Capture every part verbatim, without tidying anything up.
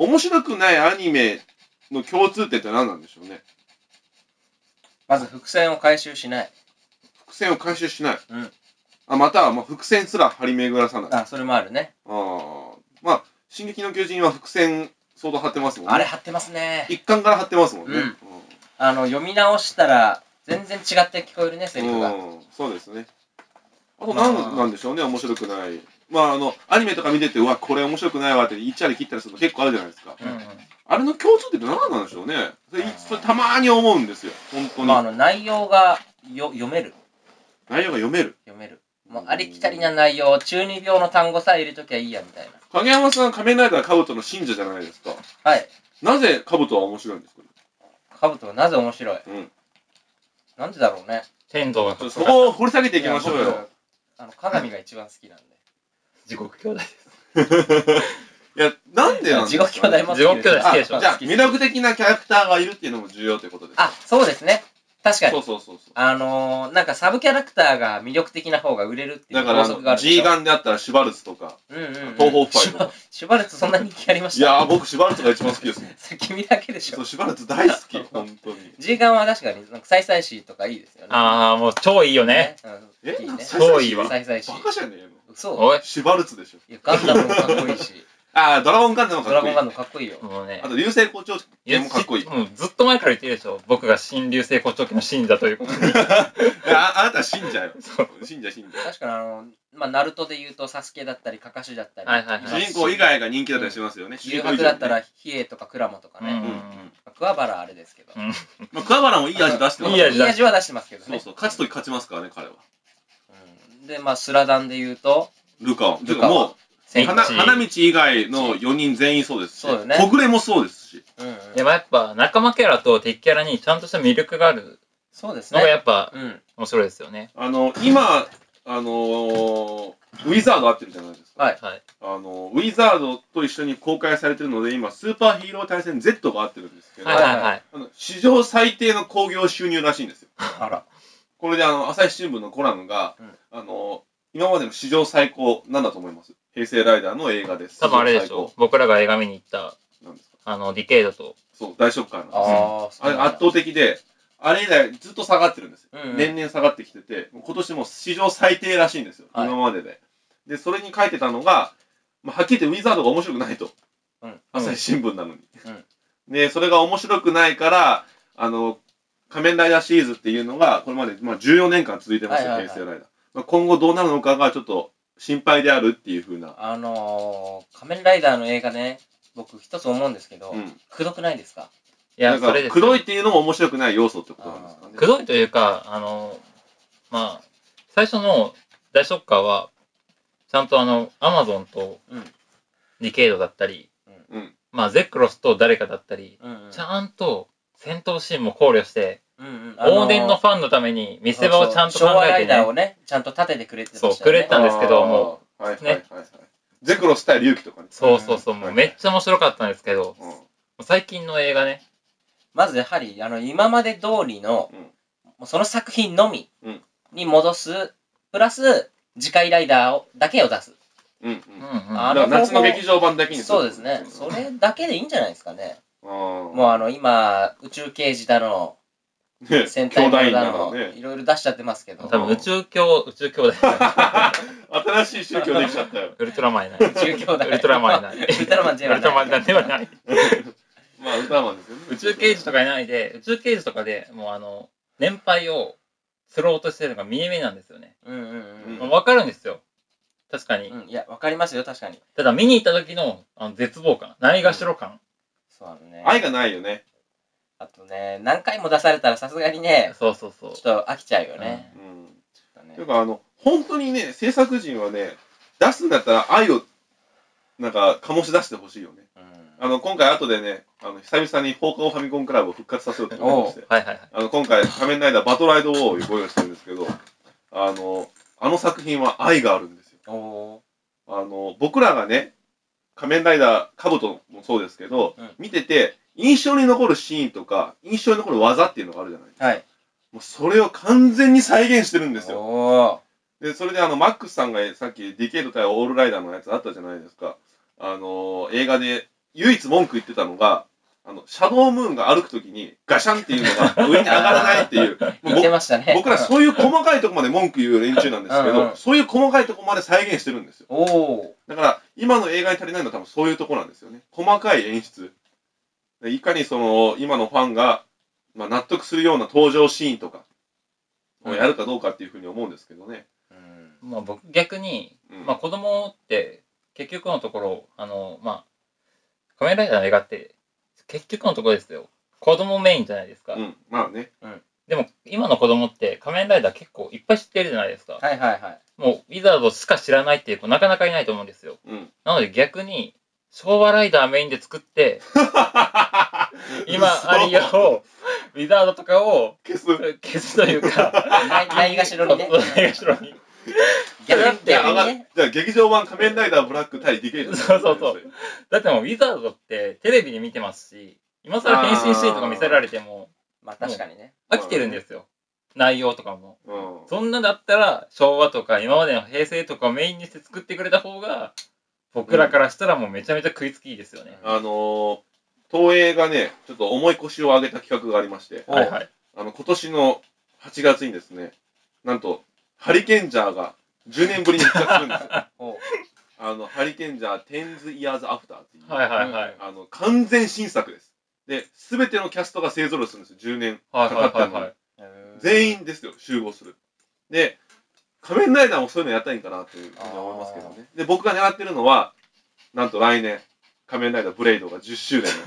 面白くないアニメの共通点って何なんでしょうね。 まず伏線を回収しない。 伏線を回収しない。 うん。 あ、または、まあ、伏線すら張り巡らさない。 あ、それもあるね。 ああ。まあ、進撃の巨人は伏線相当張ってますもんね。 あれ張ってますね。 一巻から張ってますもんね。 うん。うん、あの、読み直したら、全然違って聞こえるね、セリフが。 うん、そうですね。あと、なんなんでしょうね、面白くない。まあ、あの、アニメとか見てて、うわ、これ面白くないわって言っちゃり切ったりするの結構あるじゃないですか。うん、うん。あれの共通点って何なんでしょうね。それ、それたまーに思うんですよ、本当に。 まあ、あの、内容がよ読める。 内容が読める。 読める。もうありきたりな内容、中二病の単語さえ入れときゃいいやみたいな。 影山さん、仮面ライダーカブトの信者じゃないですか。 はい。 なぜカブトは面白いんですか？ カブトはなぜ面白い？うん。なんでだろうね。 天道がそこを掘り下げていきましょうよ。 あの、鏡が一番好きなんで。 地獄兄弟です。 いや、なんでなんですか？ 地獄兄弟も好きです。 地獄兄弟好きでしょ。 じゃあ、魅力的なキャラクターがいるっていうのも重要ということです。 あ、そうですね。確かに。 そうそうそうそう。 あのー、なんかサブキャラクターが魅力的な方が売れるっていう法則があるでしょ。 だから、G ガンであったらシュバルツとか、 うんうん、うん、 東方ファイとか。 シュバルツそんな人気ありました？ いやー、僕シュバルツが一番好きですもん。 君だけでしょ。 そう、シュバルツ大好き、本当に。 G ガンは確かに、なんか再々しとかいいですよね。 ああ、もう超いいよね。 え、 超いいわ。 再々し。 バカじゃねえの。 そう。 シュバルツでしょ。 いや、ガンダムもかっこいいし。 ああ、ドラゴンガンダムもかっこいい。 ドラゴンガンダムかっこいいよ。 もうね。 あと、流星骨頂記もかっこいい。 もうずっと前から言ってるでしょ。僕が新流星骨頂記の信者という。 あ、あなたは信者よ。信者、信者。 確かにあの、まあ、ナルトで言うと、サスケだったり、カカシだったり。 はいはいはい。主人公以外が人気だったりしますよね。 誘白だったら、ヒエとかクラマとかね。桑原あれですけど。 まあ、桑原もいい味出してます。 いい味は出してますけどね。 そうそう。勝つとき勝ちますからね、彼は。 で、まあ、スラダンで言うと、 ルカワ。ルカもう、花道以外のよにん全員そうですし、そうよね。小暮もそうですし。 うんうん、でもやっぱ仲間キャラと敵キャラにちゃんとした魅力があるそうですね。 のがやっぱ面白いですよね。 あの、今、あのー、ウィザード合ってるじゃないですか。 はい。 あの、ウィザードと一緒に公開されてるので、今、スーパーヒーロー対戦 Z が合ってるんですけど、 はいはいはい。 あの史上最低の興行収入らしいんですよ。 あら。 これであの、朝日新聞のコラムが、うん、あの、今までの史上最高、なんだと思います？平成ライダーの映画です。 多分あれでしょ。僕らが映画見に行った、なんですかあの、ディケイドと。 そう、大ショッカーなんですよ。あれ圧倒的で、あれ以来ずっと下がってるんですよ。うんうん、年々下がってきてて、今年も史上最低らしいんですよ。はい、今までで。で、それに書いてたのが、まあ、はっきり言ってウィザードが面白くないと。うん、朝日新聞なのに。うん、で、それが面白くないから、あの、仮面ライダーシリーズっていうのが、これまでまあじゅうよねんかん続いてますよ、平成ライダー。まあ、今後どうなるのかがちょっと心配であるっていうふうな。 あのー、仮面ライダーの映画ね、僕一つ思うんですけど、うん、くどくないですか？ いや、それです。くどいっていうのも面白くない要素ってことなんですかね。 くどいというか、あの、まあ、最初の大ショッカーは、ちゃんとあの、アマゾンと、ディケイドだったり、うん、まあ、ゼクロスと誰かだったり、うんうん、ちゃんと戦闘シーンも考慮して、うんうんあのー、往年のファンのために見せ場をちゃんと考えて、ね、昭和ライダーをね、ちゃんと立ててくれてましたよね。 そう、くれたんですけど、もう、はいはいはいはい、ね。ゼクロス対龍騎とかね。 そうそうそう、もうめっちゃ面白かったんですけど、うん、最近の映画ね。 まずやはり、あの、今まで通りの、うん、その作品のみに戻す、プラス、次回ライダーをだけを出す。 うんうん。あの夏の劇場版だけにする。 そうですね。それだけでいいんじゃないですかね。もうあの、今、宇宙刑事だの、 ね、 戦隊ものだの、ね、いろいろ出しちゃってますけど。 多分宇宙兄、宇宙兄弟。 新しい宗教できちゃったよ。 ウルトラマンいない。 宇宙兄弟。 ウルトラマンいない。 ウルトラマンではない。 ウルトラマンではない。 まあ、ウルトラマンですよね。 宇宙刑事とかいないで、宇宙刑事とかでもうあの、年配を釣ろうとしてるのが見え見えなんですよね。 うんうんうん。 わかるんですよ。確かに。 うん、いや、わかりますよ、確かに。 ただ見に行った時のあの絶望感、ないがしろ感。うん、 そうあのね。 愛がないよね。 あとね、何回も出されたらさすがにね、 そうそうそう。 ちょっと飽きちゃうよね。 うん。ね、というか、あの、本当にね、制作陣はね、出すんだったら愛を、なんか、醸し出してほしいよね。うん、あの、今回後でね、あの、久々に放課後ファミコンクラブを復活させようと思いまして、 はいはいはい。 あの、今回、仮面ライダーバトライドウォーをご用意してるんですけど、あの、あの作品は愛があるんですよ。おあの、僕らがね、仮面ライダー、カブトもそうですけど、うん、見てて、印象に残るシーンとか、印象に残る技っていうのがあるじゃないですか。はい。もうそれを完全に再現してるんですよ。おで、それであの、マックスさんがさっきディケイド対オールライダーのやつあったじゃないですか。あの、映画で唯一文句言ってたのが、あの、シャドウムーンが歩くときにガシャンっていうのが上に上がらないっていう。 言ってましたね。 僕らそういう細かいとこまで文句言う連中なんですけど、うんうん、そういう細かいとこまで再現してるんですよ。 おだから、今の映画に足りないのは多分そういうとこなんですよね。細かい演出。いかにその、今のファンが、まあ、納得するような登場シーンとかをやるかどうかっていうふうに思うんですけどね。 うん、まあ僕逆に、うん、まあ子供って結局のところ、あの、まあ、仮面ライダーの映画って結局のところですよ。子供メインじゃないですか。 うん、まあね。 うん。でも今の子供って仮面ライダー結構いっぱい知ってるじゃないですか。 はいはいはい。 もうウィザードしか知らないっていう子なかなかいないと思うんですよ。うん。なので逆に昭和ライダーメインで作って、今ありやを、ウィザードとかを消す消すというか、 ないがしろにね。 ないがしろに。 逆にね。 じゃあ劇場版仮面ライダーブラック対ディケイド。 そうそうそう。だってもうウィザードってテレビで見てますし、今更変身シーンとか見せられても、 まあ確かにね。 飽きてるんですよ。内容とかも。うん、そんなだったら昭和とか今までの平成とかをメインにして作ってくれた方が、僕らからしたらもうめちゃめちゃ食いつきいいですよね。 うん、あのー、東映がね、ちょっと重い腰を上げた企画がありまして、 はいはい。 あの、今年のはちがつにですね、なんと、ハリケンジャーがじゅうねんぶりに復活するんですよ。あの、ハリケンジャーテンズイヤーズアフターっていう。 はいはいはい。 あの、完全新作です。で、すべてのキャストが勢ぞろいするんですよ。じゅうねんかかったのに。全員ですよ、集合する。で、仮面ライダーもそういうのやったらいいんかなというふうに思いますけどね。で、僕が狙ってるのは、なんと来年、仮面ライダーブレイドがじゅっしゅうねんです。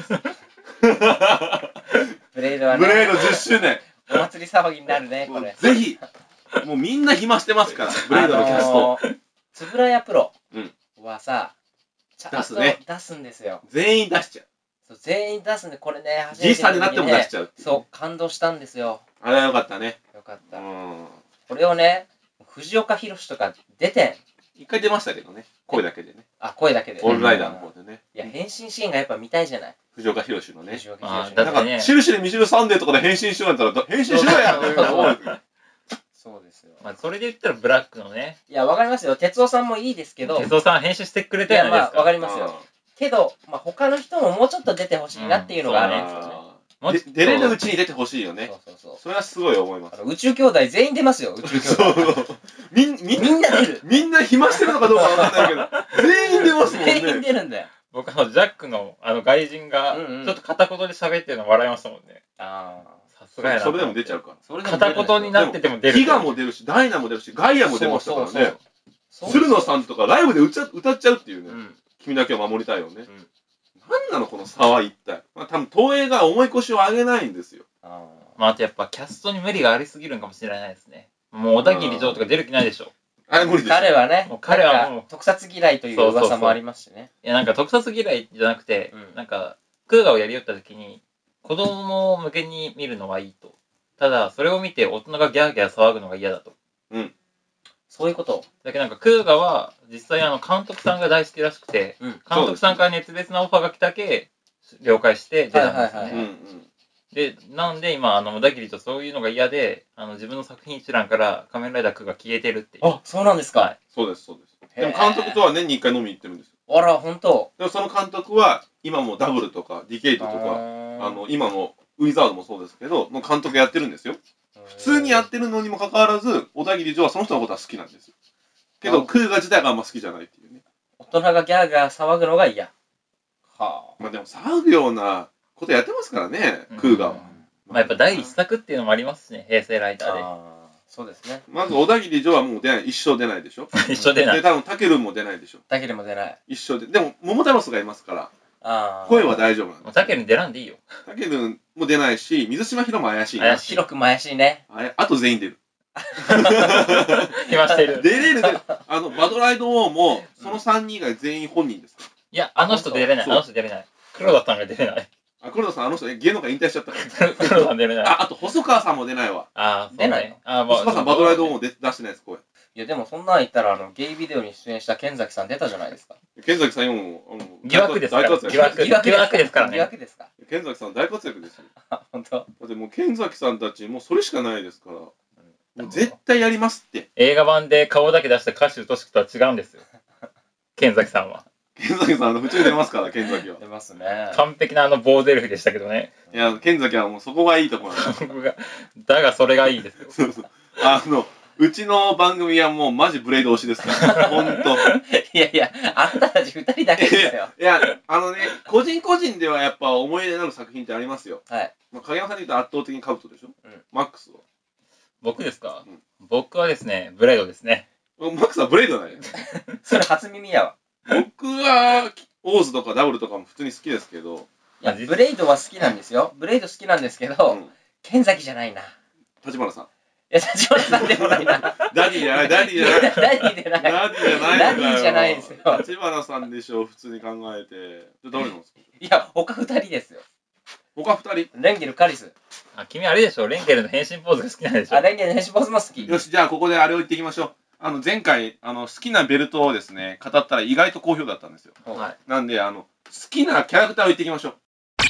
ブレイドはね。 ブレイドじゅっしゅうねん。お祭り騒ぎになるね、これ。 ぜひ、もうみんな暇してますから、ブレイドのキャスト。 つぶらやプロはさ、ちゃんと出すんですよ。 全員出しちゃう。 そう全員出すんで、これね、 じいさんになっても出しちゃう。 そう、感動したんですよ。 あれはよかったね。 よかった。これをね、藤岡弘とか出てん。 一回出ましたけどね。声だけでね。 あ、声だけで。 オールライダーの方でね。 いや、変身シーンがやっぱ見たいじゃない。 藤岡弘のね。 藤岡弘。 だってね。しるしるみしるサンデーとかで変身しようやったら、変身しろやそうですよ。 まあ、それで言ったらブラックのね。 いや、わかりますよ。哲夫さんもいいですけど。 哲夫さん編集してくれたじゃないですか。 いや、まあ、わかりますよ。けど、まあ、他の人ももうちょっと出てほしいなっていうのがあるんですよね。 出れるうちに出てほしいよね。 そうそうそう。 それはすごい思います。 宇宙兄弟全員出ますよ、宇宙兄弟。みんな出る。 みんな暇してるのかどうかわかんないけど、全員出ますもんね。 全員出るんだよ。 僕、あの、ジャックの、あの、外人が、ちょっと片言で喋ってるの笑いましたもんね。 ああ。 さすがやな。それでも出ちゃうから。 片言になってても出る。 ギガも出るし、ダイナも出るし、ガイアも出ましたからね。鶴野さんとかライブで歌っちゃうっていうね。君だけを守りたいよね。何なのこの差は一体。まあ多分東映が重い腰を上げないんですよ。 あまああとやっぱキャストに無理がありすぎるんかもしれないですね。もう小田切城とか出る気ないでしょ。 あれ無理です。 彼はね、 もう彼はもう特撮嫌いという噂もありますしね。 いやなんか特撮嫌いじゃなくて、うん、なんかクーガをやりよった時に子供向けに見るのはいいと。ただそれを見て大人がギャーギャー騒ぐのが嫌だと。 うん。そういうこと。 だけどなんかクーガは実際あの監督さんが大好きらしくて、うん、監督さんから熱烈なオファーが来たけ了解して出たんですね。で、なんで今、あの、小田切とそういうのが嫌で、あの、自分の作品一覧から仮面ライダークーが消えてるっていう。 あ、そうなんですか、はい、 そうです、そうです。でも監督とは年に一回飲みに行ってるんですよ。 あら、ほんと。 でもその監督は、今もダブルとか、ディケイトとか、あの、今のウィザードもそうですけど、の監督やってるんですよ。普通にやってるのにもかかわらず、小田切城はその人のことは好きなんですよ。けど、クーガ自体があんま好きじゃないっていうね。 大人がギャーギャー騒ぐのが嫌。 はあ。まあでも騒ぐようなことやってますからね、クーガは。 まあやっぱ第一作っていうのもありますしね、平成ライダーで。 あそうですね。 まず小田切城はもう出ない、一生出ないでしょ。 一生出ない。 で、多分タケルも出ないでしょ。 タケルも出ない。 一生で。でも、桃太郎がいますから、あ声は大丈夫なんです。 タケル出らんでいいよ。 タケルも出ないし、水島ヒロも怪しいな。 怪しい。ヒロ君も怪しいね。 あれ、あと全員出る。 暇してる。 出れる、あの、バドライドウォーも、そのさんにん以外全員本人ですかいや、あの人出れない。あの人出れない。黒田さんが出れない。 あ、黒田さん、あの人、芸能界引退しちゃったから。 黒田さん出れない。 あ、あと、細川さんも出ないわ。 ああ、 出ないのあ、細川さん、バドライドウォーも出してないです、声。 いや、でもそんなん言ったら、あの、ゲイビデオに出演した剣崎さん出たじゃないですか。 剣崎さんも、あの、 疑惑ですから。疑惑、疑惑ですからね。 疑惑ですか。 剣崎さん大活躍ですよ。 あ、本当。 だってもう剣崎さんたち、もうそれしかないですから。もう絶対やりますって。 映画版で顔だけ出した歌手としくとは違うんですよ。剣崎さんは。 剣崎さん、普通に出ますから、剣崎は。 出ますね。 完璧なあの棒ゼルフでしたけどね。 いや、剣崎はもうそこがいいところなんですよ。 だがそれがいいですよ。 そうそう。あの、うちの番組はもうマジブレイド推しですから。ほんと。 いやいや、あんたたち二人だけですよ。 いや、あのね、個人個人ではやっぱ思い入れのある作品ってありますよ。 はい。 まあ、影山さんで言うと圧倒的にカブトでしょ。うん。マックスは。 僕ですか、うん、僕はですね、ブレイドですね。 マックスはブレイドだよ。 それ初耳やわ。 僕は、オーズとかダブルとかも普通に好きですけど。 いや、ブレイドは好きなんですよ。ブレイド好きなんですけど、うん、剣崎じゃないな。 立花さん。 いや、立花さんでもないな。 ダディじゃない、ダディじゃない。 ダディじゃない。 ダディじゃない。 ダディじゃないですよ。 立花さんでしょ、普通に考えて。誰なんですか？ いや、他二人ですよ。 他二人？ レンゲル、カリス。 あ、君あれでしょ、レンゲルの変身ポーズが好きなんでしょ。 あ、レンゲルの変身ポーズも好き。 よし、じゃあここであれを言っていきましょう。あの、前回、あの、好きなベルトをですね、語ったら意外と好評だったんですよ。はい。なんで、あの、好きなキャラクターを言っていきましょう。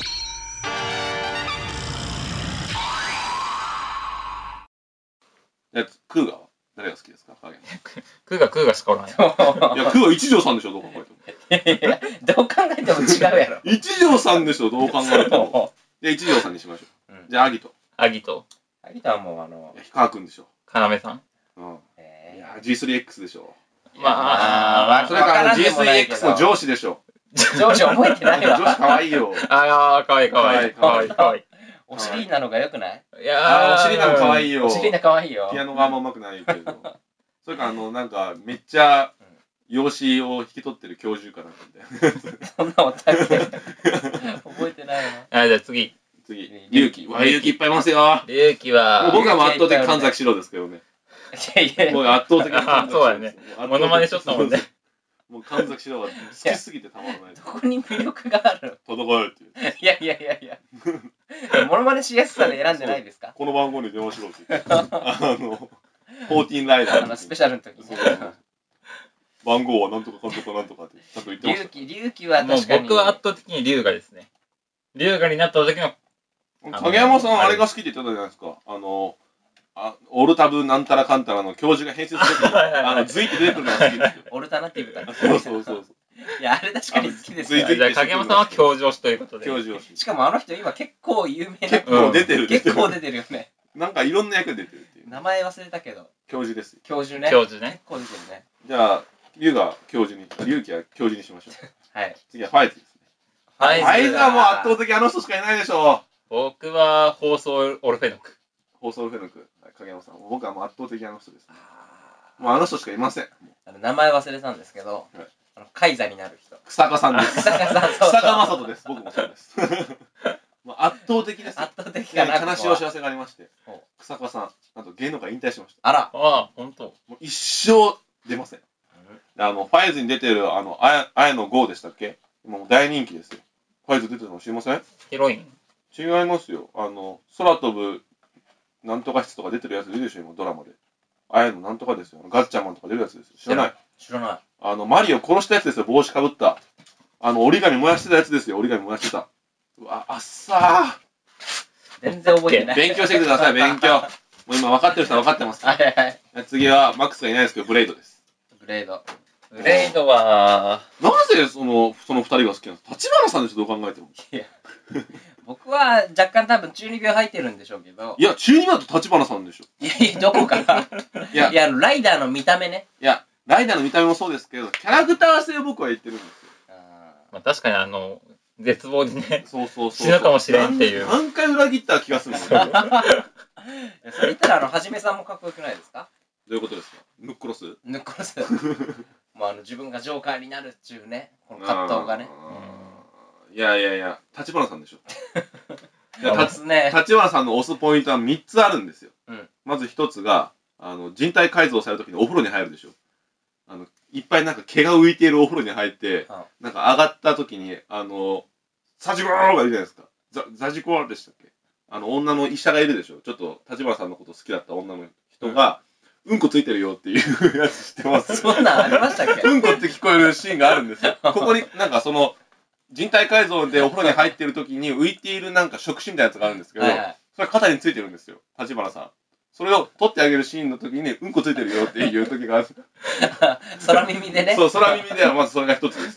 やつ、クーガは誰が好きですか？ クーガ、クーガしかおらんよ。 いや、クーガ一条さんでしょ、どう考えても。 いやいや、どう考えても違うやろ。 一条さんでしょ、どう考えても。で、一条さんにしましょう。うん、じゃあ、アギト。 アギト。 アギトはもう、あの、 氷川くんでしょ。 カナメさん。 うん。いや、ジースリーエックス でしょ。 まあ、まあ、 それから ジースリーエックス の上司でしょ。 上司覚えてないわ。 上司かわいいよ。 ああ、かわいいかわいい。かわいいかわいい。 お尻なのがよくない？ いやー、お尻なのかわいいよ。 お尻なかわいいよ。 ピアノがあんま上手くないけど。それから、あの、なんか、めっちゃ、養子を引き取ってる教授かなんかみたいな。 そんなおったっけ？覚えてないな。あ、じゃあ次。 次。龍騎。わ、龍騎いっぱいいますよ。 龍騎は。 僕はもう圧倒的神崎史郎ですけどね。 いやいや。 もう圧倒的に神崎史郎。 そうだね。モノマネしとったもんね。 もう神崎史郎は好きすぎてたまらない。 どこに魅力がある？ 届かないっていう。 いやいやいやいや。モノマネしやすさで選んでないですか？ この番号に電話しろって言って。あの、フォーティーンライダーのスペシャルの時に。 番号はなんとかかんとかなんとかってちゃんと言ってました。 龍騎、龍騎は確かに。 僕は圧倒的に龍河ですね。龍河になった時の。 影山さん、あれが好きって言ってたじゃないですか。あの、あオルタブなんたらかんたらの教授が編集するときに、あの、ズイって出てくるのが好きですよ。 オルタナティブだ。 そうそうそう。 いや、あれ確かに好きですよ。 じゃあ、影山さんは教授推しということで。 教授推し。 しかもあの人今結構有名な。 結構出てる。 結構出てるよね。 なんかいろんな役出てるっていう。 名前忘れたけど。 教授ですよ。 教授ね。 教授ね。 結構出てるね。 じゃあ、龍が教授に、龍騎は教授にしましょう。 はい。 次はファイズですね。ファイズはもう圧倒的あの人しかいないでしょう。 僕は放送オルフェノク。 放送オルフェノク。影山さん。僕はもう圧倒的あの人ですね。もうあの人しかいません。 あの名前忘れたんですけど、あのカイザになる人。 草加さんです。 草加さん。 草加正人です。僕もそうです。圧倒的です。 圧倒的かな。 悲しいお知らせがありまして、草加さん、なんと芸能界引退しました。 あら。 ああ、ほんと。 もう一生出ません。あの、ファイズに出てる、あの、あやのゴーでしたっけ？もう大人気ですよ。ファイズ出てるの知りません？ ヒロイン？ 違いますよ。あの、空飛ぶ、なんとか室とか出てるやついるでしょ、今、ドラマで。あやのなんとかですよ。ガッチャマンとか出るやつですよ。知らない？ 知らない。 あの、マリオ殺したやつですよ、帽子かぶった。あの、折り紙燃やしてたやつですよ、折り紙燃やしてた。うわ、あっさー。全然覚えてない。 勉強してきてください、勉強。もう今分かってる人は分かってます。 はいはい。 次は、マックスがいないですけど、ブレイドです。 ブレイド。 ブレイドは、 なぜその、その二人が好きなんですか？立花さんでしょ、どう考えても。 いや。僕は若干多分中二病入ってるんでしょうけど。 いや、中二病だと立花さんでしょ。 いやいや、どこかいや、いや、ライダーの見た目ね。 いや、ライダーの見た目もそうですけど、キャラクター性を僕は言ってるんですよ。 まあ確かにあの、絶望にね、 そうそうそう死ぬかもしれんっていう。 何回裏切った気がするんですよ。 それ言ったら、あの、はじめさんもかっこよくないですか？ どういうことですか？ヌックロス？ ヌックロス。もうあの、自分がジョーカーになるっていうね、この葛藤がね。 いやいやいや、立花さんでしょ。 ね、 立花さんの押すポイントはみっつあるんですよ。 うん、 まずひとつが、あの、人体改造されるときにお風呂に入るでしょ。あの、いっぱいなんか毛が浮いているお風呂に入って、ああなんか上がったときに、あの、サジコーがいるじゃないですか。ザ、ザジコーでしたっけ？あの、女の医者がいるでしょ。ちょっと、立花さんのこと好きだった女の人が、うん、うんこついてるよっていうやつ知ってます？ そんなんありましたっけ？ うんこって聞こえるシーンがあるんですよ。ここになんかその、人体改造でお風呂に入ってる時に浮いているなんか触手みたいなやつがあるんですけど、はいはい、それ肩についてるんですよ、立花さん。それを取ってあげるシーンの時に、うんこついてるよっていう時がある。 空耳でね。 そう、空耳ではまずそれが一つですよ。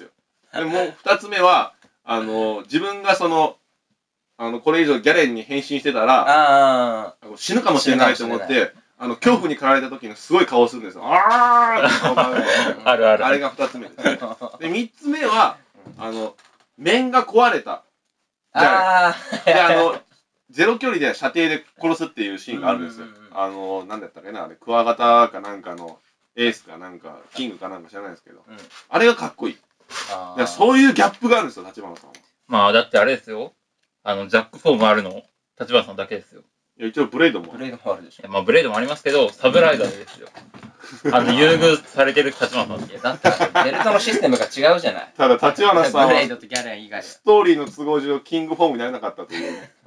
でもう二つ目は、あの、自分がその、あの、これ以上ギャレンに変身してたら、死ぬかもしれないと思って、あの、恐怖に駆られた時のすごい顔をするんですよ。あーって顔があるある。 あれが二つ目です。で、三つ目は、あの、面が壊れた。 ああ。で、あの、ゼロ距離で射程で殺すっていうシーンがあるんですよ。あの、なんだったっけな、あれ、クワガタかなんかの、エースかなんか、キングかなんか知らないですけど、うん、あれがかっこいい。いや、そういうギャップがあるんですよ、立花さんは。 まあ、だってあれですよ。あの、ジャックフォームあるの、立花さんだけですよ。 いや、一応ブレードも。 ブレードもあるでしょ。 まあ、ブレードもありますけど、サブライダーですよ。あの、優遇されてる立花さん。 いや、だってベルトのシステムが違うじゃない。 ただ、立花さんは、 ブレードとギャレン以外ストーリーの都合上、キングフォームになれなかったというね。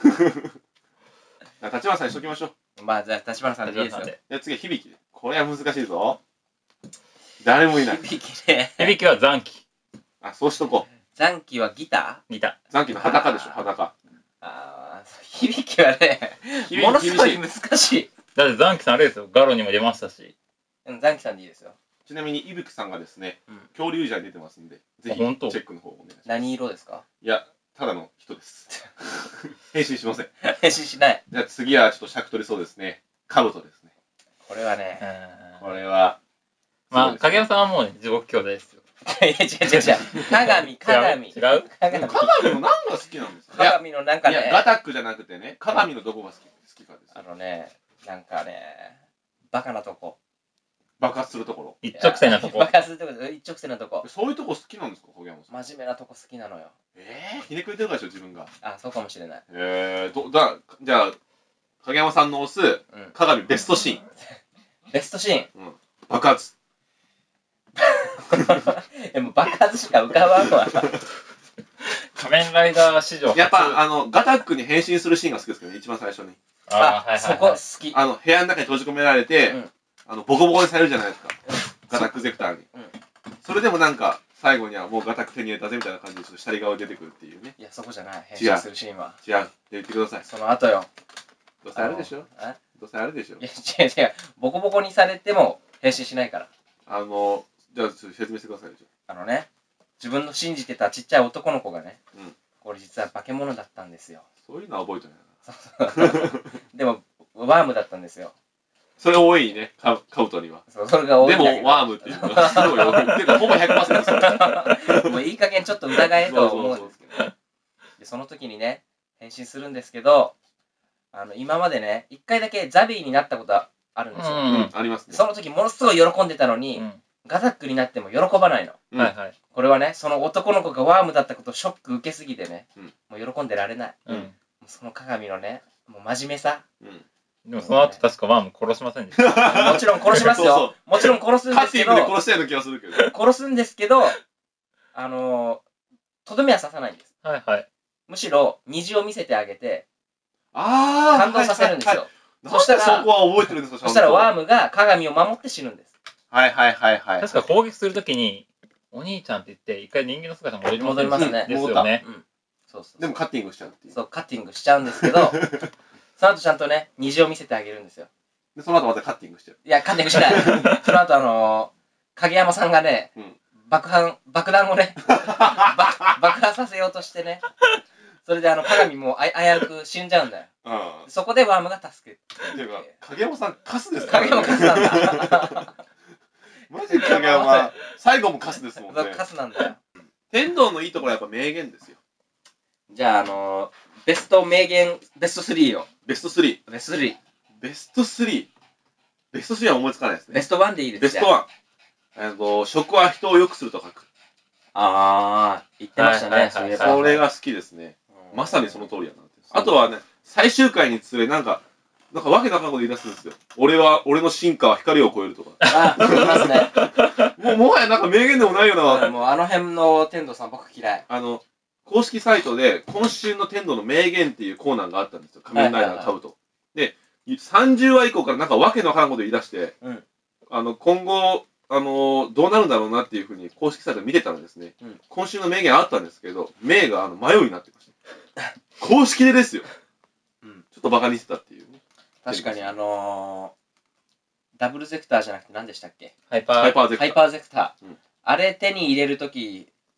立花さんにしときましょう。まあ、じゃあ、立花さんでいいですよ。 じゃあ次、響。これは難しいぞ。誰もいない。 響ね。 響は残機。 あ、そうしとこう。 残機はギターギター。残機の裸でしょ、裸。 ああ、響はね、ものすごい難しい。 だって残機さんあれですよ、ガロにも出ましたし。 うん、残機さんでいいですよ。 ちなみに、いぶきさんがですね、恐竜じゃに出てますんで、ぜひチェックの方をお願いします。 何色ですか？ いや、ただの人です。変身しません。 変身しない。 じゃあ次はちょっと尺取りそうですね。カブトですね。 これはね、 これは、 まあ、影山さんはもうね、地獄兄弟ですよ。 いや、違う違う違う。鏡、鏡。 違う鏡の何が好きなんですか？ 鏡のなんかね。 いや、ガタックじゃなくてね、鏡のどこが好き好きかです。 あのね、なんかね、バカなとこ。 爆発するところ。 一直線なとこ。 爆発するところ、一直線なとこ。 そういうとこ好きなんですか、影山さん。 真面目なとこ好きなのよ。 えぇ、ひねくれてるからでしょ、自分が。 あ、そうかもしれない。 えー、ど、だ、じゃあ、影山さんの推す、鏡ベストシーン。 ベストシーン。 うん。爆発。 でも爆発しか浮かばんわ。 仮面ライダー史上初。 やっぱ、あの、ガタックに変身するシーンが好きですけどね、一番最初に。 あ、あそこ好き。 あの、部屋の中に閉じ込められて、うん、あの、ボコボコにされるじゃないですか。ガタックゼクターに。うん、それでもなんか、最後にはもうガタック手に入れたぜみたいな感じで、ちょっと下り側出てくるっていうね。 いや、そこじゃない。変身するシーンは。 違う。違う。言ってください。 その後よ。 どうせあるでしょ？え？どうせあるでしょ？ いや、違う違う。ボコボコにされても変身しないから。 あの、じゃあ、ちょっと説明してくださいよ。 あのね、自分の信じてたちっちゃい男の子がね、うん、これ実は化け物だったんですよ。 そういうのは覚えてないな。 でも、ワームだったんですよ。 それ多いね、カウトには。 そう、それが多い。 でも、ワームっていうのがすごい多い。てか、ほぼ ひゃくパーセント それ。もういい加減ちょっと疑えとは思うんですけど。で、その時にね、変身するんですけど、あの、今までね、一回だけザビーになったことあるんですよ。うん、 ありますね。 その時ものすごい喜んでたのに、うん、ガタックになっても喜ばないの。 うん、はいはい。 これはね、その男の子がワームだったことをショック受けすぎてね、うん、もう喜んでられない。うん、その鏡のね、もう真面目さ。うん、 でもその後確かワーム殺しませんでした。 もちろん殺しますよ。そうそうもちろん殺すんですけど。 カッティングで殺したような気がするけど。 殺すんですけど、あのー、とどめは刺さないんです。 はいはい。 むしろ、虹を見せてあげて、 あ感動させるんですよ。はいはいはい、そしたら、そこは覚えてるんですか？ そしたらワームが鏡を守って死ぬんです。 はいはいはいはい。 確か攻撃するときに、お兄ちゃんって言って、一回人間の姿戻り戻りますね。 ですよね。 うん。そうそう。 でもカッティングしちゃうっていう。 そう、カッティングしちゃうんですけど、その後ちゃんとね、虹を見せてあげるんですよ。 で、その後またカッティングしちゃう。 いや、カッティングしない。その後あのー、影山さんがね、うん、爆破、爆弾をね、爆破させようとしてね、それであの、鏡もあ危うく死んじゃうんだよ。うん、そこでワームが助ける。 っていうか、影山さんカスですからね。影山カスなんだ。 マジ影山、最後もカスですもんね。 カスなんだよ。 天童のいいところはやっぱ名言ですよ。 じゃあ、あのー、ベスト名言、ベストスリーを。 ベストスリー。 ベストスリー。 ベストスリー。ベストスリーは思いつかないですね。 ベストワンでいいですベストワン。えっと、食は人を良くすると書く。 あー、言ってましたね。 それが好きですね。まさにその通りやな。あとはね、最終回につれ、なんか、なんかわけなかんこと言い出すんですよ。俺は、俺の進化は光を超えるとか。 あ、言いますね。 もう、もはやなんか名言でもないような。 もうあの辺の天童さん僕嫌い。 あの、公式サイトで、今週の天童の名言っていうコーナーがあったんですよ。仮面ライダーのカブト。で、さんじゅうわ以降からなんかわけのわからんこと言い出して、うん、あの、今後、あのー、どうなるんだろうなっていうふうに公式サイト見てたらですね、うん、今週の名言あったんですけど、名があの迷いになってました。公式でですよ。うん、ちょっとバカにしてたっていうね。 確かにあのー、ダブルゼクターじゃなくて何でしたっけ？ ハイパー、 ハイパーゼクター。 ハイパーゼクター。うん、あれ手に入れるとき、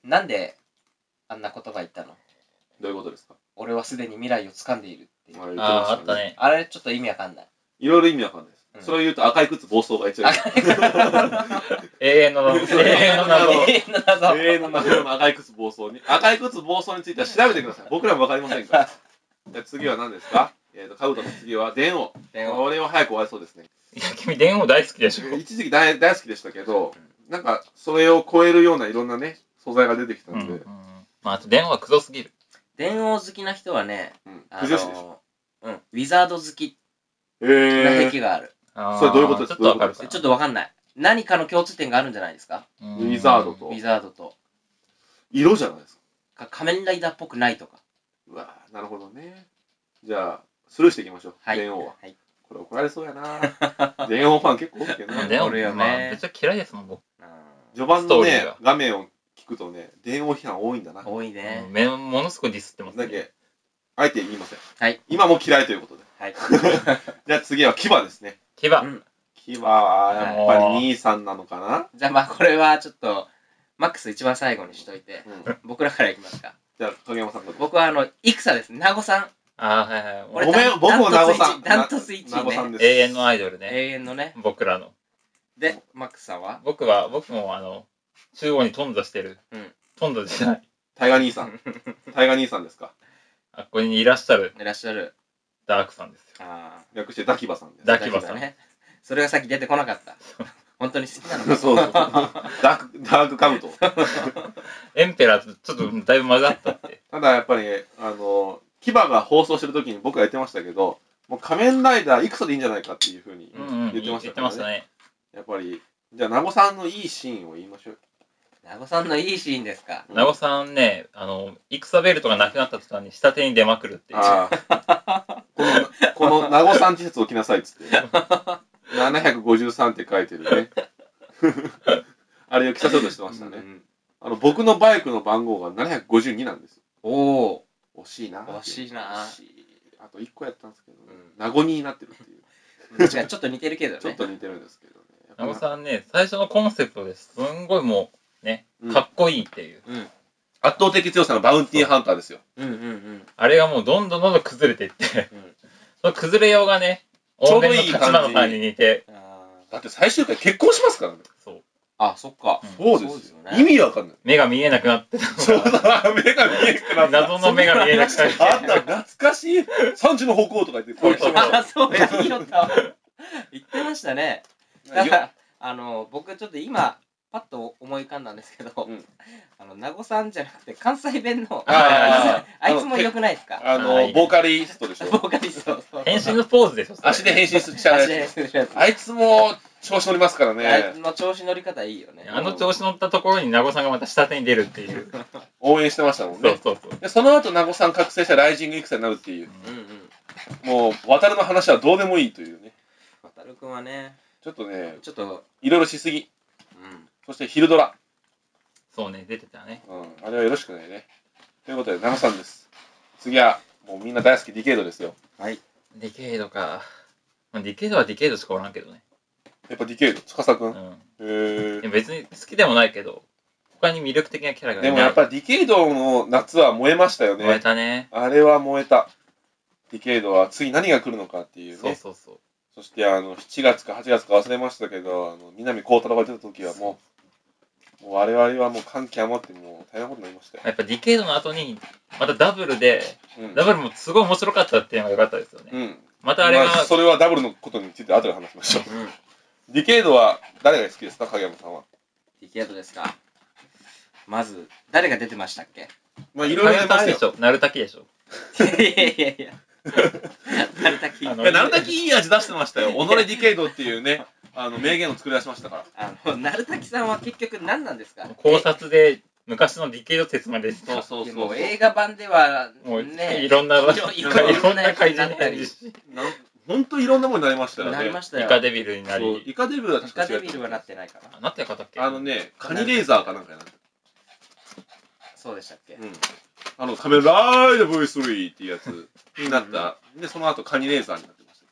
なんであんな言葉言ったの？ どういうことですか？ 俺はすでに未来を掴んでいるっていう。 ああ、あったね。 あれちょっと意味わかんない。 いろいろ意味わかんないです。それを言うと赤い靴暴走が一応永遠の謎。永遠の謎。 永遠の謎。 永遠の謎の赤い靴暴走に。赤い靴暴走については調べてください。僕らもわかりませんから。じゃあ次は何ですか？えっと、カブトの次は電王。これは早く終わりそうですね。 いや、君電王大好きでしょ。 一時期大大好きでしたけど、なんかそれを超えるようないろんなね、素材が出てきたんで。うんうん、 まあ、あと電王はクソすぎる。 電王好きな人はね、 うん、あのうん、ウィザード好きな癖がある。 それどういうことですか？ ちょっとわかるかな。 ちょっとわかんない。何かの共通点があるんじゃないですか？ ウィザードと。 ウィザードと。 色じゃないですか。仮面ライダーっぽくないとか。 うわなるほどね。じゃあ、スルーしていきましょう。 はい、 電王は。 はい、 これ怒られそうやな。電王ファン結構多いけどね。 電王ね。まあ、別に嫌いですもん、僕。 序盤のね、画面を聞くとね、電王批判多いんだな。 多いね。 ものすごいディスってますね。だけ、あえて言いません。 はい。 今も嫌いということで。 はい。 じゃあ次は牙ですね。 牙。 牙はやっぱり兄さんなのかな？ じゃあまあこれはちょっと、マックス一番最後にしといて、僕らからいきますか。 じゃあ影山さん。 僕はあの、戦です。名護さん。 ああ、はいはい。 ごめん、僕も名護さん。 ダントツいちいね。 永遠のアイドルね。 永遠のね。 僕らの。 で、マックスさんは？ 僕は、僕もあの、中央にトンドしてる。うん。トンドじゃない。 タイガ兄さん。タイガ兄さんですか？ あ、ここにいらっしゃる。 いらっしゃる。 ダークさんですよ。 ああ。 略してダキバさんです。 ダキバさん。 ね。それがさっき出てこなかった。本当に好きなのか。 そうそう。ダーク、ダークカブト。 エンペラーとちょっとだいぶ混ざったって。 ただやっぱり、あの、牙が放送してる時に僕が言ってましたけど、もう仮面ライダー戦でいいんじゃないかっていうふうに言ってましたからね。 言ってましたね。 やっぱり、じゃあ、名護さんのいいシーンを言いましょう。 名護さんのいいシーンですか？ 名護さんね、あの、戦ベルトがなくなった途端に下手に出まくるっていう。 あこの、この名護さん T シャツを着なさいっつって。ななひゃくごじゅうさんって書いてるね。あれを着させようとしてましたね。うん、あの、僕のバイクの番号がななひゃくごじゅうになんです。 おお。 惜しいな。 惜しいな。 あといっこやったんですけど、ね、名護になってるっていう。 確かにちょっと似てるけどね。 ちょっと似てるんですけどね。 名護さんね、最初のコンセプトですんごいもう、ね、かっこいいっていう。 うん、圧倒的強さのバウンティーハンターですよ。 うんうんうん。 あれがもうどんどんどんどん崩れていって、うん、その崩れようがね、 ちょうどいい勝間のさんに似て。 だって最終回結婚しますからね。 そう。 あ、そっか。 そうですよね。意味わかんない。 目が見えなくなってた。 そうだ、目が見えなくなった。 謎の目が見えなくなって。 あった、懐かしい。三時の歩行とか言って、 そうそう。あ、そうや、言いよったわ。言ってましたね。だから、あの、僕ちょっと今、パッと思い浮かんだんですけど、うん、あの、名護さんじゃなくて関西弁の、あ, あいつも良くないですか？ あの、ボーカリストでしょ。 ボーカリスト。 変身のポーズでしょ。 足で変身しちゃうやつ。あいつも調子乗りますからね。 あいつの調子乗り方いいよね。 あの調子乗ったところに名護さんがまた下手に出るっていう。 応援してましたもんね。 そうそうそう。 で、その後名護さん覚醒したライジング戦になるっていう。うんうん、もう、渡るの話はどうでもいいというね。 渡るくんはね、 ちょっとね、 ちょっと、 いろいろしすぎ。うん。そして、ヒルドラ。 そうね、出てたね。 うん、あれはよろしくないね。ということで、長さんです。次は、もうみんな大好きディケイドですよ。 はい。 ディケイドか。まあ、ディケイドはディケイドしかおらんけどね。 やっぱディケイド、司くん。うん。 へえ。別に好きでもないけど、他に魅力的なキャラがいない。 でもやっぱディケイドの夏は燃えましたよね。 燃えたね。 あれは燃えた。ディケイドは次何が来るのかっていうね。 そうそうそう。 そしてあの、しちがつかはちがつか忘れましたけど、あの、南光太郎が出た時はもう、もう我々はもう感極まってもう大変なことになりましたよ。 やっぱディケイドの後にまたダブルで、うん、ダブルもすごい面白かったっていうのが良かったですよね。うん、またあれが、まあ、 それはダブルのことについて後で話しましょう。うん、ディケイドは誰が好きですか、影山さんは。 ディケイドですか。まず誰が出てましたっけ？ まあいろいろ出ましたよ。 ナルタキでしょ。 いやいやいや。ナルタキ。いやナルタキいい味出してましたよ。己ディケイドっていうね。あの名言を作り出しましたから。 あの、鳴滝さんは結局何なんですか？ 考察で昔のディケイド説までそうそうそう。 もう映画版では、 もうね、いろんな、いろんな怪人になったり。 本当いろんなものになりましたよね。 なりましたよ。 イカデビルになり。 イカデビルは確かイカデビルはなってないかな。 なってなかったっけ？ あのね、カニレーザーかなんかやな。 そうでしたっけ？うん。 あの、仮面ライダー ブイスリー っていうやつになった。で、その後カニレーザーになってました。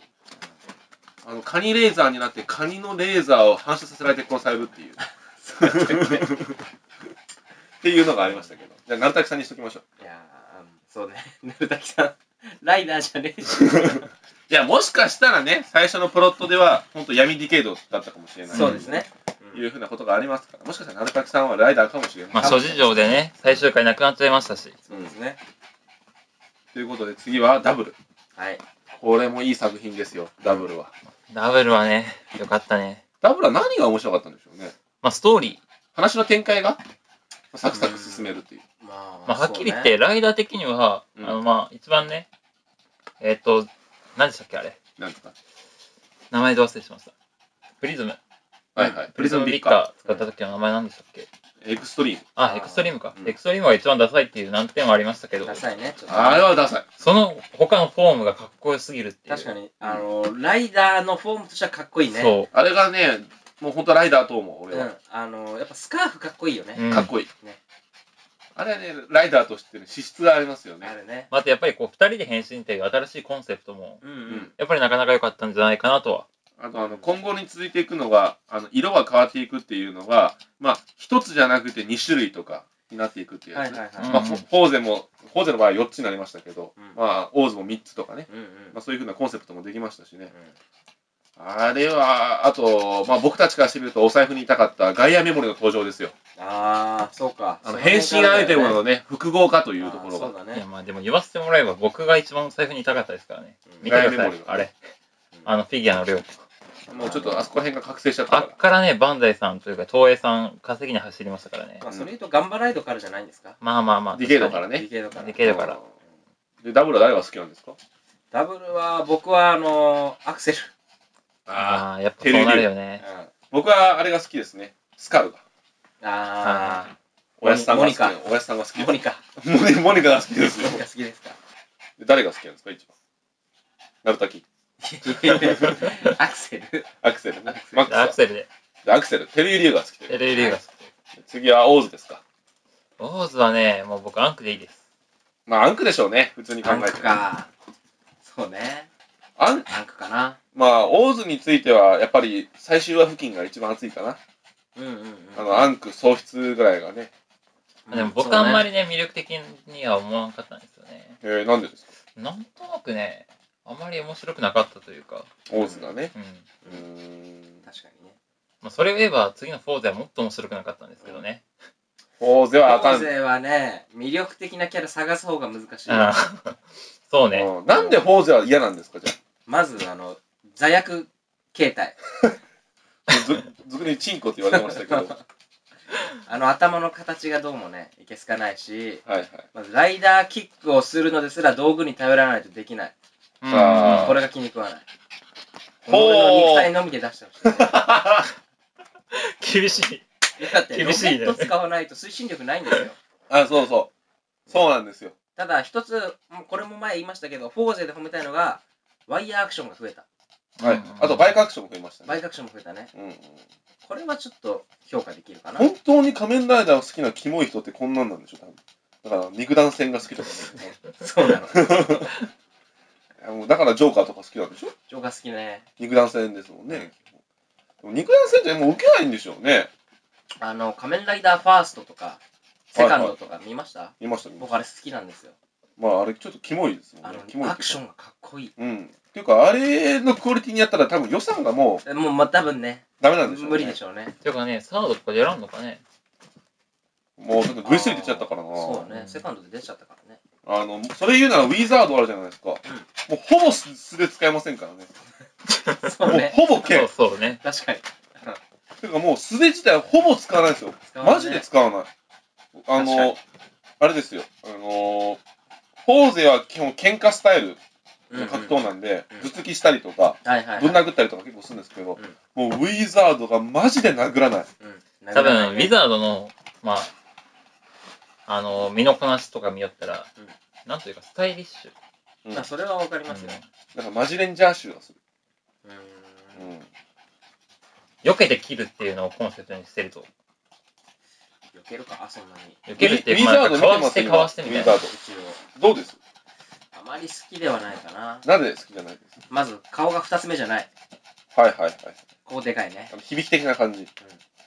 あの、カニレーザーになって、カニのレーザーを反射させられて殺されるっていう。 っていうのがありましたけど。じゃあ、鳴滝さんにしときましょう。 いやー、そうね。鳴滝さん、ライダーじゃねえし。 いや、もしかしたらね、最初のプロットでは、本当闇ディケイドだったかもしれない。 そうですね。 いうふうなことがありますから、もしかしたら鳴滝さんはライダーかもしれない。 まあ、諸事情でね、最終回なくなっちゃいましたし。 そうですね。 ということで、次はダブル。 はい。 これもいい作品ですよ、ダブルは。 ダブルはね、よかったね。 ダブルは何が面白かったんでしょうね。 まあ、ストーリー。 話の展開がサクサク進めるっていう。 まあ、 まあ、はっきり言って、ライダー的には、あの、まあ、一番ね、えっと、何でしたっけ、あれ。 何ですか？ 名前で忘れしました。プリズム。 はいはい。 プリズムビッカー使った時の名前何でしたっけ？ エクストリーム。 あ、エクストリームか。エクストリームが一番ダサいっていう難点はありましたけど。 ダサいね。ちょっとあれはダサい。 その他のフォームがかっこよすぎるっていう。 確かに、あの、ライダーのフォームとしてはかっこいいね。 そう。 あれがね、もう本当ライダーと思う、俺は。 うん。あの、やっぱスカーフかっこいいよね。 うんかっこいい。 ね。 あれはね、ライダーとしての資質がありますよね。 あるね。 またやっぱりこう、二人で変身っていう新しいコンセプトも、 うんうん。 やっぱりなかなか良かったんじゃないかなとは。 あと、あの、今後に続いていくのが、あの、色が変わっていくっていうのが、まあ、一つじゃなくて二種類とかになっていくっていうやつね。 はいはいはい。 まあ、フォフォーゼも、フォーゼの場合はよっつになりましたけど、 うんまあ、オーズもみっつとかね。 うんうん。 まあ、そういうふうなコンセプトもできましたしね。 うんあれは、あと、まあ、僕たちからしてみるとお財布に痛かったガイアメモリの登場ですよ。 ああ、そうか。 あの、変身アイテムのね、複合化というところが。 そうだね。 いや、まあでも言わせてもらえば僕が一番財布に痛かったですからね。 うん見てくださいガイアメモリの。 あれ。あのフィギュアの量。 もうちょっとあそこら辺が覚醒しちゃったあから。 っからね、バンダイさんというか東映さん稼ぎに走りましたからね。 まあ、それ言うとガンバライドからじゃないんですか？ まあまあまあ。 ディケイドからね。 ディケイドから。 ディケイドから。 で、ダブルは誰が好きなんですか？ ダブルは、僕は、あの、アクセル。 ああ、やっぱそうなるよね。 僕はあれが好きですね。スカルが。 ああ。 おやすさんが好き。 モニカおやすさんが好き。 モニカ。 モニモニカが好きですよモニ。カ好きですか？ で誰が好きなんですか一番。ナルタキ。 アクセル。 アクセルね。マックスはアクセルで。 でアクセル。テルユリュウが好きで。 テレビが好き。 次はオーズですか。 オーズはね、もう僕アンクでいいです。 まあアンクでしょうね。普通に考アンえて。 クか。そうね。 アン、 アンクかな。 まあオーズについてはやっぱり最終話付近が一番熱いかな。 うんうんうん。 あのアンク喪失ぐらいがね。 でも僕あんまりね、魅力的には思わなかったんですよね。 えー、なんでですか？ なんとなくね、あまり面白くなかったというか。 オーズがね。 うん。 うーん。 確かにね。 まあ、それを言えば次のフォーゼはもっと面白くなかったんですけどね。 フォーゼはあかん。 フォーゼはね、魅力的なキャラ探す方が難しい。 ああそうね。 うんなんでフォーゼは嫌なんですかじゃまず、あの、座薬形態。 あ。ず、ずくにチンコって言われましたけど。はいあの、頭の形がどうもね、いけすかないし、 はい。 まず、ライダーキックをするのですら道具に頼らないとできない。 うんあーこれが気に食わない。 ほう俺の肉体のみで出してほしい、ね。 厳しい。 いやだって、ロケ厳しいねット使わないと推進力ないんですよ。 あ、そうそう。そうなんですよ。 ただ、一つ、これも前言いましたけど、フォーゼで褒めたいのが、ワイヤーアクションが増えた。 はい。あとバイクアクションも増えましたね。 バイクアクションも増えたね。 うんうん。 これはちょっと評価できるかな。 本当に仮面ライダーが好きなキモい人ってこんなんなんでしょ多分。だから肉弾戦が好きとかね。 そうなの。 いやもうだからジョーカーとか好きなんでしょジョーカー好きね。 肉弾戦ですもんね。でも肉弾戦ってもう受けないんでしょうね。 あの、仮面ライダーファーストとか、セカンドとか見ました？ 見ました見ました。 僕あれ好きなんですよ。 まああれちょっとキモいですもんあね。キモいの、アっていうかクションがかっこいい。 うん。っていうかあれのクオリティにやったら多分予算がもうえもう、まあ、多分ね、 ダメなんでしょうね。 無理でしょうね。 ていうかね、サードとかでやらんのかね。 もうちょっとグイスリ出ちゃったからな。 そうね、セカンドで出ちゃったからね。 あの、それ言うならウィザードあるじゃないですか。もうほぼ素素で使えませんからね。 そうね。 もうほぼ剣。 そうそうね。 確かに。 ていうかもう素手自体はほぼ使わないですよ。 使わないねマジで使わない。あ確かのに、 あれですよ。あの、フォーゼは基本喧嘩スタイルの格闘なんで、 うんうん頭突きしたりとか、 はいはい、はい。 ぶん殴ったりとか結構するんですけど、もうウィザードがマジで殴らない。 うん。 多分、ウィーザードの、まあ、あの、身のこなしとか見よったら、 うんなんというか、スタイリッシュ。 うんまあ、それはわかりますよ。 なんかマジレンジャー臭がする。 うーん。 うん。 避けて切るっていうのをコンセプトにしてると。 避けるか、そんなに。 避けるっていうウィか、まあ、 ザード見てますかわしてかわしてみたいな。 ウィザード。どうですあまり好きではないかな。 なぜ好きじゃないですまず、顔が二つ目じゃない。 はいはいはい。 こうでかいねあ。の響き的な感じ。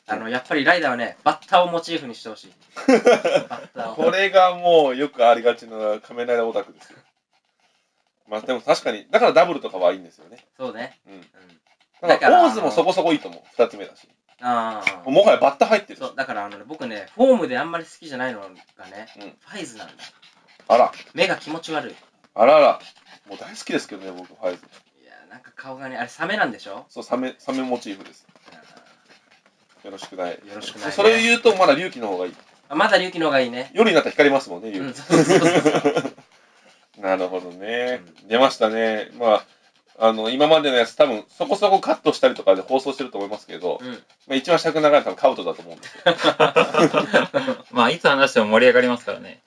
あの、やっぱりライダーはね、バッタをモチーフにしてほしい。バッタを。 これがもうよくありがちな仮面ライダーオタクですよ。まあでも確かに、だからダブルとかはいいんですよね。 そうね。 うん。だから、オーズもそこそこいいと思う。二つ目だし。 ああ。 もはやバッタ入ってるし。 そう、だからあの、ね、僕ね、フォームであんまり好きじゃないのがね、うん、ファイズなんだ。 あら。 目が気持ち悪い。 あらら。もう大好きですけどね、僕、ファイズ。 いや、なんか顔がね、あれサメなんでしょ？ そう、サメ、サメモチーフです。よろしくない。よろしくない、ね。 それを言うと、まだ龍騎の方がいい。 あ、まだ龍騎の方がいいね。 夜になったら光りますもんね、龍騎。うん、そうそうそうそうなるほどね。うん、出ましたね。まあ、あの、今までのやつ多分、そこそこカットしたりとかで放送してると思いますけど、うん、まあ一番尺長いのは多分カウトだと思うんですよ。 まあ、いつ話しても盛り上がりますからね。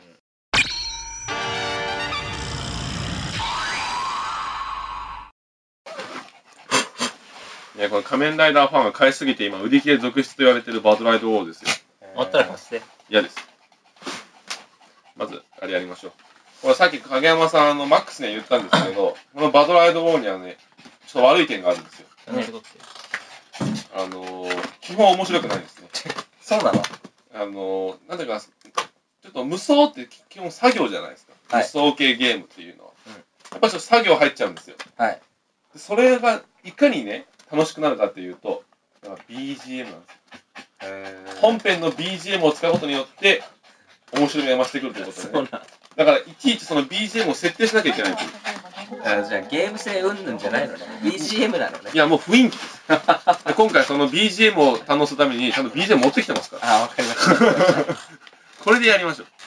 いや、この仮面ライダーファンが買いすぎて今、売り切れ続出と言われてるバトライドウォーですよ。 終わったら貸して。 嫌です。まず、あれやりましょう。これさっき影山さんのマックスには言ったんですけど、このバトライドウォーにはね、ちょっと悪い点があるんですよ。 何事って？ あのー、基本面白くないんですね。 そうなの？ あのー、なんていうか、ちょっと無双って基本作業じゃないですか。はい、無双系ゲームっていうのは。うん、やっぱりちょっと作業入っちゃうんですよ。はい。それがいかにね、楽しくなるかっていうと、ビージーエム なんですよ。本編の ビージーエム を使うことによって、面白みが増してくるということでね。だから、いちいちその ビージーエム を設定しなきゃいけないという。 あ、じゃあ、ゲーム性うんぬんじゃないのね。ビージーエム なのね。 いや、もう雰囲気です。今回、その ビージーエム を堪能するために、ちゃんと ビージーエム 持ってきてますから。 あ、わかりました。 これでやりましょう。